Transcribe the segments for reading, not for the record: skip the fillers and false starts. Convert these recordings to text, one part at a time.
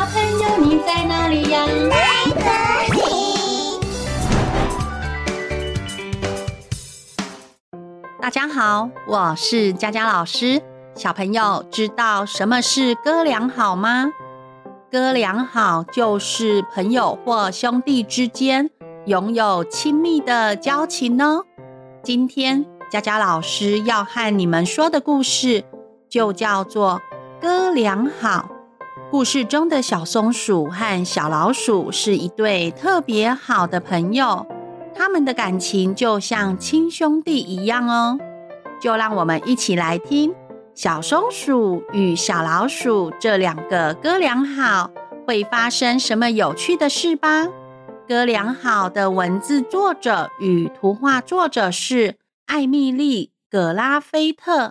朋友，你在哪里呀？ 在这里。 大家好，我是佳佳老师。小朋友知道什么是哥俩好吗？哥俩好就是朋友或兄弟之间拥有亲密的交情哦。今天佳佳老师要和你们说的故事就叫做哥俩好。故事中的小松鼠和小老鼠是一对特别好的朋友，他们的感情就像亲兄弟一样哦。就让我们一起来听小松鼠与小老鼠这两个哥俩好会发生什么有趣的事吧。哥俩好的文字作者与图画作者是艾蜜莉·葛拉菲特。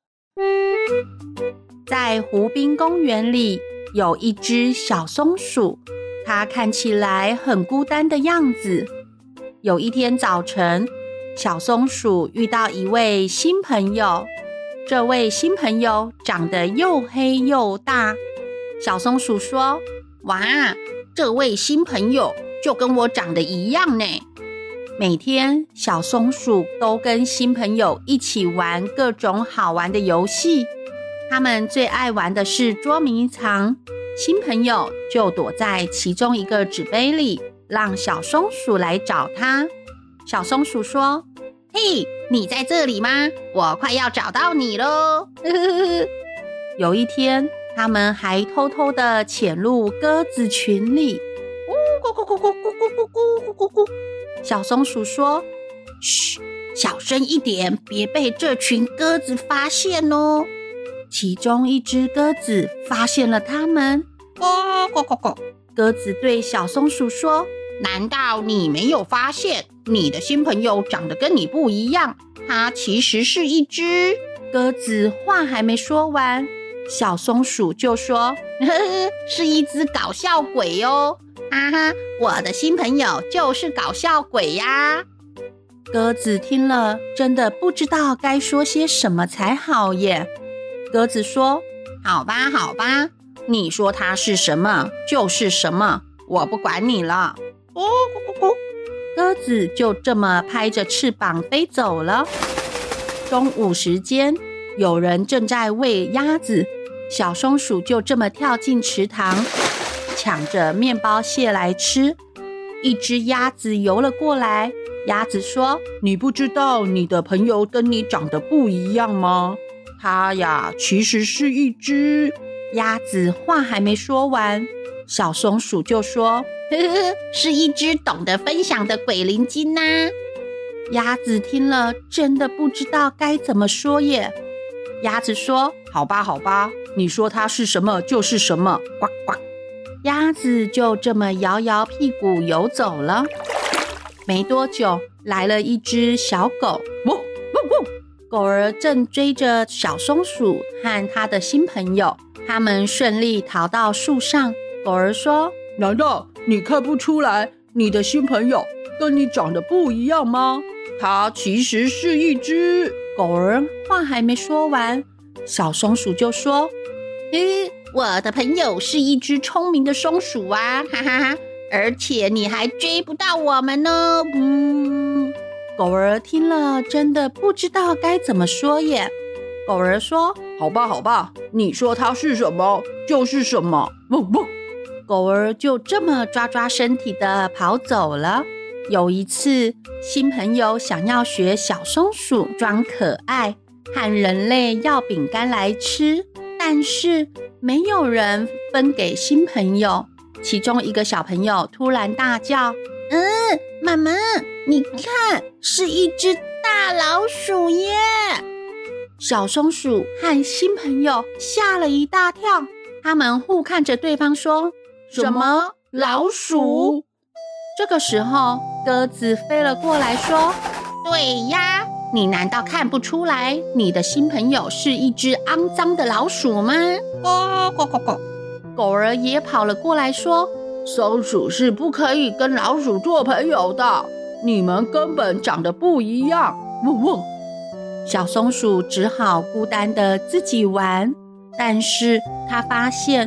在湖滨公园里有一只小松鼠，它看起来很孤单的样子。有一天早晨，小松鼠遇到一位新朋友，这位新朋友长得又黑又大。小松鼠说：哇，这位新朋友就跟我长得一样呢。每天小松鼠都跟新朋友一起玩各种好玩的游戏，他们最爱玩的是捉迷藏。新朋友就躲在其中一个纸杯里，让小松鼠来找他。小松鼠说：嘿，你在这里吗？我快要找到你咯。有一天，他们还偷偷地潜入鸽子群里。咕咕咕咕咕咕咕咕咕咕。小松鼠说：嘘，小声一点，别被这群鸽子发现哦。其中一只鸽子发现了他们。咕咕咕咕。鸽子对小松鼠说：难道你没有发现你的新朋友长得跟你不一样？他其实是一只……鸽子话还没说完，小松鼠就说：呵呵，是一只搞笑鬼哦！哈哈，我的新朋友就是搞笑鬼呀！鸽子听了，真的不知道该说些什么才好耶。鸽子说：好吧，好吧，你说它是什么就是什么，我不管你了。咕咕咕咕。鸽子就这么拍着翅膀飞走了。中午时间，有人正在喂鸭子，小松鼠就这么跳进池塘，抢着面包屑来吃。一只鸭子游了过来，鸭子说：你不知道你的朋友跟你长得不一样吗？它呀，其实是一只……鸭子话还没说完，小松鼠就说：呵呵，是一只懂得分享的鬼灵精啊。鸭子听了，真的不知道该怎么说耶。鸭子说：好吧，好吧，你说它是什么就是什么，呱呱。鸭子就这么摇摇屁股游走了。没多久，来了一只小狗，喔喔喔。狗儿正追着小松鼠和他的新朋友，他们顺利逃到树上。狗儿说：难道你看不出来你的新朋友跟你长得不一样吗？它其实是一只……狗儿话还没说完，小松鼠就说：我的朋友是一只聪明的松鼠啊，哈哈哈，而且你还追不到我们呢。狗儿听了真的不知道该怎么说耶。狗儿说：好吧，好吧，你说它是什么就是什么。嗡嗡。狗儿就这么抓抓身体的跑走了。有一次，新朋友想要学小松鼠装可爱，和人类要饼干来吃，但是没有人分给新朋友。其中一个小朋友突然大叫：妈妈，你看，是一只大老鼠耶！小松鼠和新朋友吓了一大跳，他们互看着对方说：什么？老鼠？这个时候，鸽子飞了过来说：对呀，你难道看不出来你的新朋友是一只肮脏的老鼠吗？咕咕咕咕。狗儿也跑了过来说：松鼠是不可以跟老鼠做朋友的，你们根本长得不一样。嗡嗡。小松鼠只好孤单的自己玩，但是他发现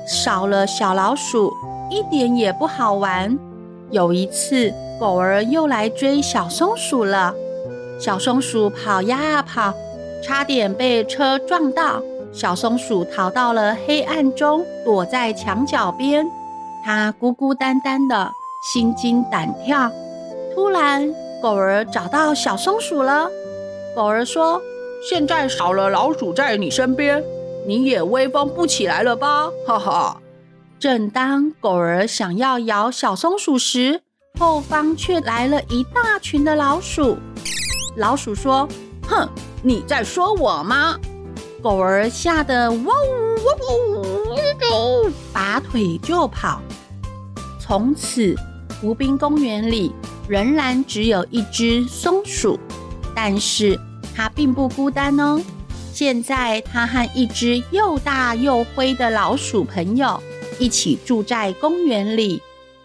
少了小老鼠，一点也不好玩。有一次，狗儿又来追小松鼠了。小松鼠跑呀跑，差点被车撞到。小松鼠逃到了黑暗中，躲在墙角边。它孤孤单单的，心惊胆跳。突然，狗儿找到小松鼠了。狗儿说：“现在少了老鼠在你身边，你也威风不起来了吧？哈哈！”正当狗儿想要咬小松鼠时，后方却来了一大群的老鼠。老鼠说：“哼，你在说我吗？”狗儿吓得哇呜哇呜，拔腿就跑。从此，湖滨公园里仍然只有一只松鼠，但是它并不孤单哦。现在，它和一只又大又灰的老鼠朋友一起住在公园里。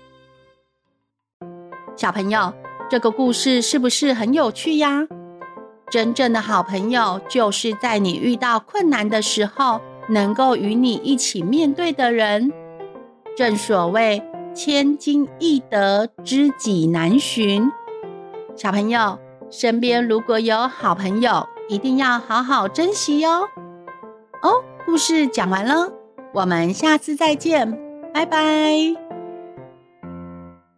小朋友，这个故事是不是很有趣呀？真正的好朋友，就是在你遇到困难的时候，能够与你一起面对的人。正所谓千金易得，知己难寻。小朋友，身边如果有好朋友，一定要好好珍惜哟。故事讲完了，我们下次再见，拜拜。